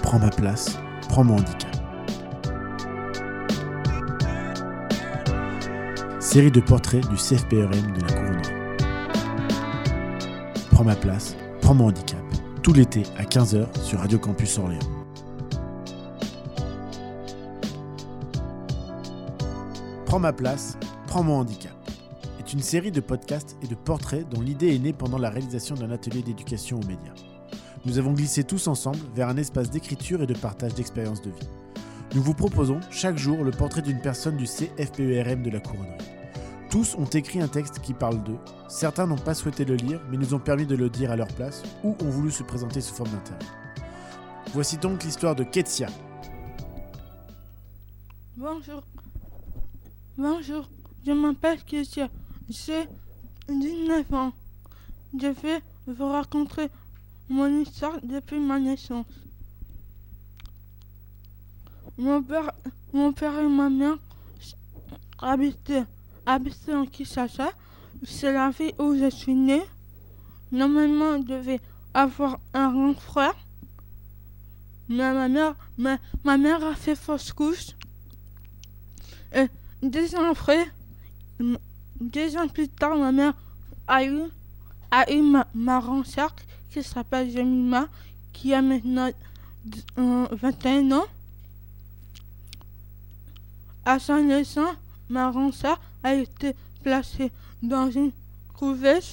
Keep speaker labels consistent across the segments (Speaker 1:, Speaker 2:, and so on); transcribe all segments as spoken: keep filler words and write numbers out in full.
Speaker 1: prends ma place, prends mon handicap. Série de portraits du C F P R M de la Couronnerie. Prends ma place, prends mon handicap. Tout l'été à quinze heures sur Radio Campus Orléans. Prends ma place, prends mon handicap est une série de podcasts et de portraits dont l'idée est née pendant la réalisation d'un atelier d'éducation aux médias. Nous avons glissé tous ensemble vers un espace d'écriture et de partage d'expériences de vie. Nous vous proposons chaque jour le portrait d'une personne du C F P E R M de la Couronnerie. Tous ont écrit un texte qui parle d'eux. Certains n'ont pas souhaité le lire, mais nous ont permis de le dire à leur place, ou ont voulu se présenter sous forme d'interview. Voici donc l'histoire de Ketsia.
Speaker 2: Bonjour. Bonjour, je m'appelle Ketsia. J'ai dix-neuf ans. Je vais vous raconter mon histoire depuis ma naissance. Mon père, mon père et ma mère habitaient, habitaient en Kinshasa. C'est la ville où je suis née. Normalement, je devais avoir un grand frère. Mais ma mère, ma, ma mère a fait fausse couche. Et deux ans après, deux ans plus tard, ma mère a eu, a eu ma, ma grande sœur qui s'appelle Jemima, qui a maintenant euh, vingt et un ans. À sa naissance, ma grande sœur a été placée dans une couveuse.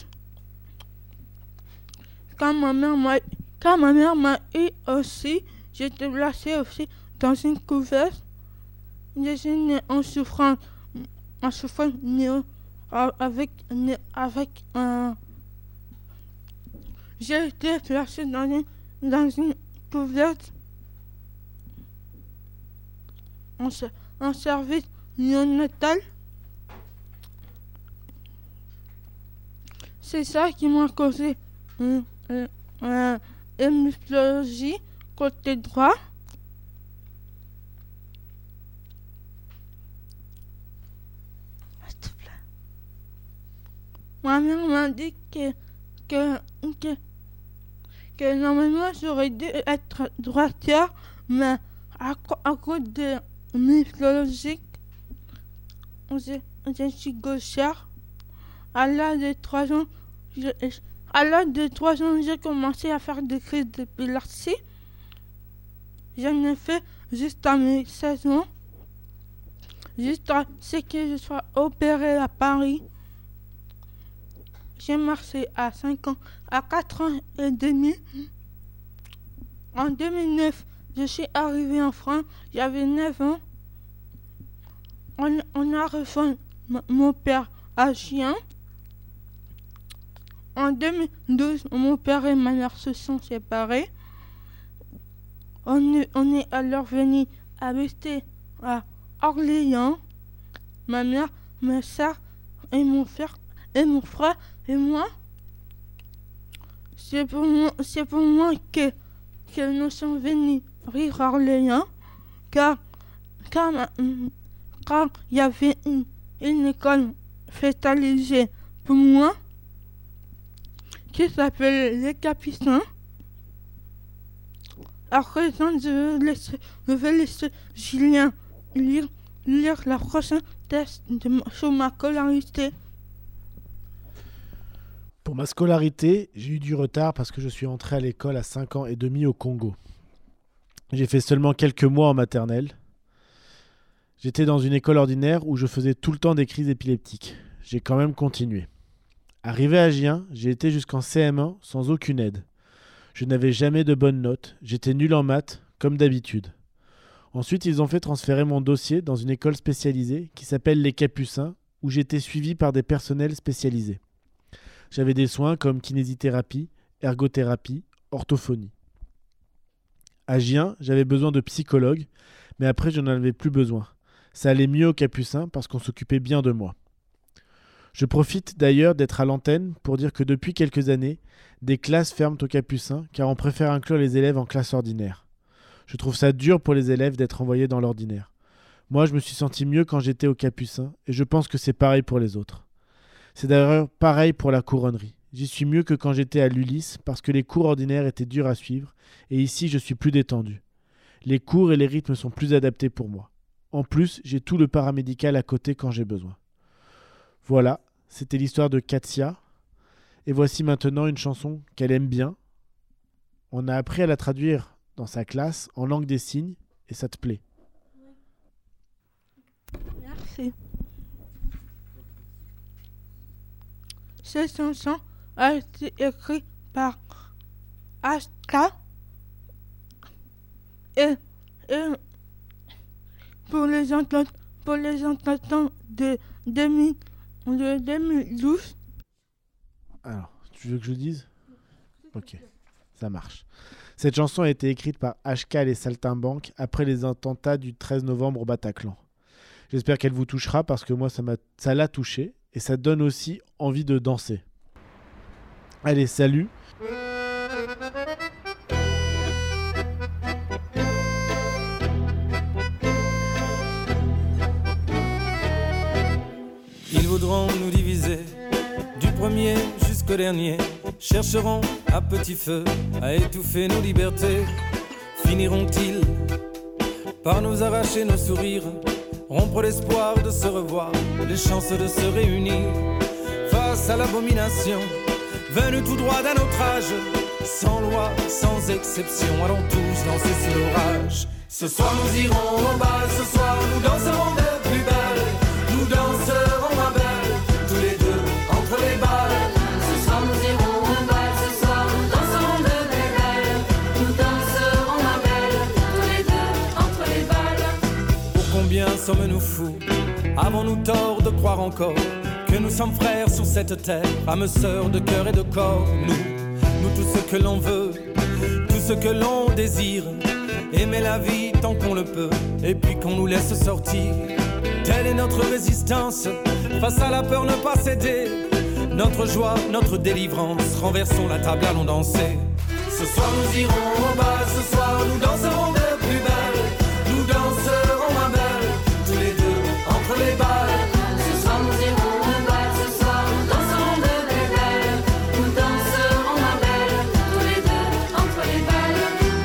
Speaker 2: Quand ma mère m'a, quand ma mère m'a eu aussi, j'ai été placée aussi dans une couveuse. Je suis née en souffrant, en souffrant né, avec, né, avec un... Euh, j'ai été placée dans une, dans une couveuse en, en service néonatal. C'est ça qui m'a causé une euh, euh, hémiplégie côté droit. Ma mère m'a dit que, que, que, que normalement j'aurais dû être droitière, mais à, à cause de mythologique, je, je suis gauchère. À l'âge de trois ans, je, à l'âge de trois ans, j'ai commencé à faire des crises d'épilepsie. J'en ai fait jusqu'à mes seize ans, jusqu'à ce que je sois opérée à Paris. J'ai marché à cinq ans, à quatre ans et demi. En deux mille neuf, je suis arrivée en France, j'avais neuf ans. On, on a rejoint m- mon père à Gien. En deux mille douze, mon père et ma mère se sont séparés. On est, on est alors venu habiter à Orléans. Ma mère, ma soeur et mon frère et mon frère et moi. C'est pour moi, c'est pour moi que, que nous sommes venus vivre à Orléans, car car car il y avait une, une école spécialisée pour moi qui s'appelle les Capucins. À présent, je vais laisser, je vais laisser Julien lire, lire la prochaine test de, sur ma scolarité.
Speaker 1: Pour ma scolarité, j'ai eu du retard parce que je suis entré à l'école à cinq ans et demi au Congo. J'ai fait seulement quelques mois en maternelle. J'étais dans une école ordinaire où je faisais tout le temps des crises épileptiques. J'ai quand même continué. Arrivé à Gien, j'ai été jusqu'en C M un sans aucune aide. Je n'avais jamais de bonnes notes, j'étais nul en maths, comme d'habitude. Ensuite, ils ont fait transférer mon dossier dans une école spécialisée qui s'appelle les Capucins, où j'étais suivi par des personnels spécialisés. J'avais des soins comme kinésithérapie, ergothérapie, orthophonie. À Gien, j'avais besoin de psychologue, mais après je n'en avais plus besoin. Ça allait mieux aux Capucins parce qu'on s'occupait bien de moi. Je profite d'ailleurs d'être à l'antenne pour dire que depuis quelques années, des classes ferment aux Capucins car on préfère inclure les élèves en classe ordinaire. Je trouve ça dur pour les élèves d'être envoyés dans l'ordinaire. Moi, je me suis senti mieux quand j'étais aux Capucins et je pense que c'est pareil pour les autres. C'est d'ailleurs pareil pour la couronnerie. J'y suis mieux que quand j'étais à l'Ulysse parce que les cours ordinaires étaient durs à suivre et ici je suis plus détendu. Les cours et les rythmes sont plus adaptés pour moi. En plus, j'ai tout le paramédical à côté quand j'ai besoin. Voilà, c'était l'histoire de Katia. Et voici maintenant une chanson qu'elle aime bien. On a appris à la traduire dans sa classe en langue des signes et ça te plaît.
Speaker 2: Merci. Cette chanson a été écrite par H K et, et pour les ententes pour les ententes de, deux mille, de deux mille douze.
Speaker 1: Alors, tu veux que je le dise ? Ok, ça marche. Cette chanson a été écrite par H K et les Saltimbanques après les attentats du treize novembre au Bataclan. J'espère qu'elle vous touchera parce que moi, ça, m'a, ça l'a touché et ça donne aussi envie de danser. Allez, salut.
Speaker 3: Ils voudront nous diviser, du premier jusqu'au dernier, chercheront à petit feu à étouffer nos libertés. Finiront-ils par nous arracher nos sourires, rompre l'espoir de se revoir, les chances de se réunir face à l'abomination venue tout droit d'un autre âge, sans loi, sans exception, allons tous danser sous l'orage. Ce soir nous irons au bal, ce soir nous danserons de plus belle, nous danserons ma belle, tous les deux entre les balles.
Speaker 4: Ce soir nous irons au bal, ce soir nous danserons de plus belle, nous danserons ma belle, tous les deux entre les balles.
Speaker 3: Pour combien sommes-nous fous, avons-nous tort de croire encore que nous sommes frères sur cette terre, âmes sœurs de cœur et de corps. Nous, nous tout ce que l'on veut, tout ce que l'on désire, aimer la vie tant qu'on le peut, et puis qu'on nous laisse sortir. Telle est notre résistance, face à la peur ne pas céder. Notre joie, notre délivrance, renversons la table, allons danser. Ce soir nous irons au bal, ce soir nous danserons de plus belle, nous danserons ma belle, tous les deux entre les balles.
Speaker 4: Ce soir nous irons au bal, ce soir nous danserons de plus belle, nous danserons ma belle, tous les deux entre les balles.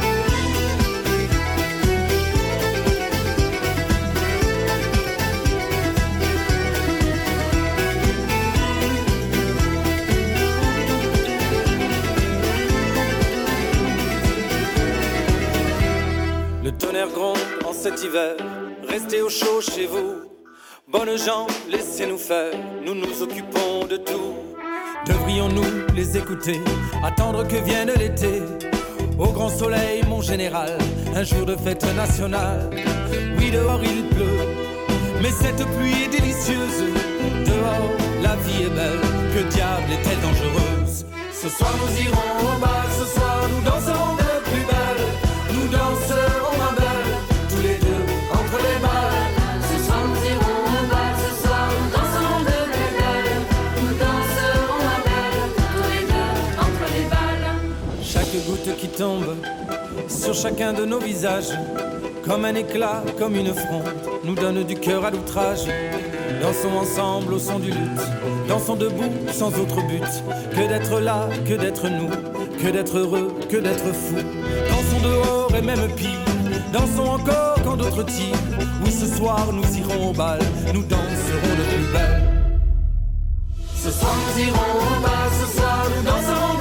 Speaker 3: Le tonnerre gronde en cet hiver, restez au chaud chez vous. Bonnes gens, laissez-nous faire, nous nous occupons de tout. Devrions-nous les écouter, attendre que vienne l'été? Au grand soleil, mon général, un jour de fête nationale. Oui, dehors il pleut, mais cette pluie est délicieuse. Dehors, la vie est belle, que diable est-elle dangereuse? Ce soir nous irons au bal, ce soir nous danserons de plus belle, nous danserons ma belle, tous les deux entre les balles.
Speaker 4: Ce soir nous irons au bal, ce soir nous danserons de plus belle, nous danserons ma belle, tous les deux entre les balles.
Speaker 3: Chaque goutte qui tombe sur chacun de nos visages, comme un éclat, comme une fronde, nous donne du cœur à l'outrage. Dansons ensemble au son du luth, dansons debout sans autre but que d'être là, que d'être nous, que d'être heureux, que d'être fou. Dansons dehors et même pire, dansons encore quand d'autres tirent. Oui, ce soir nous irons au bal, nous danserons de plus belle. Ce soir nous irons au bal, ce soir nous danserons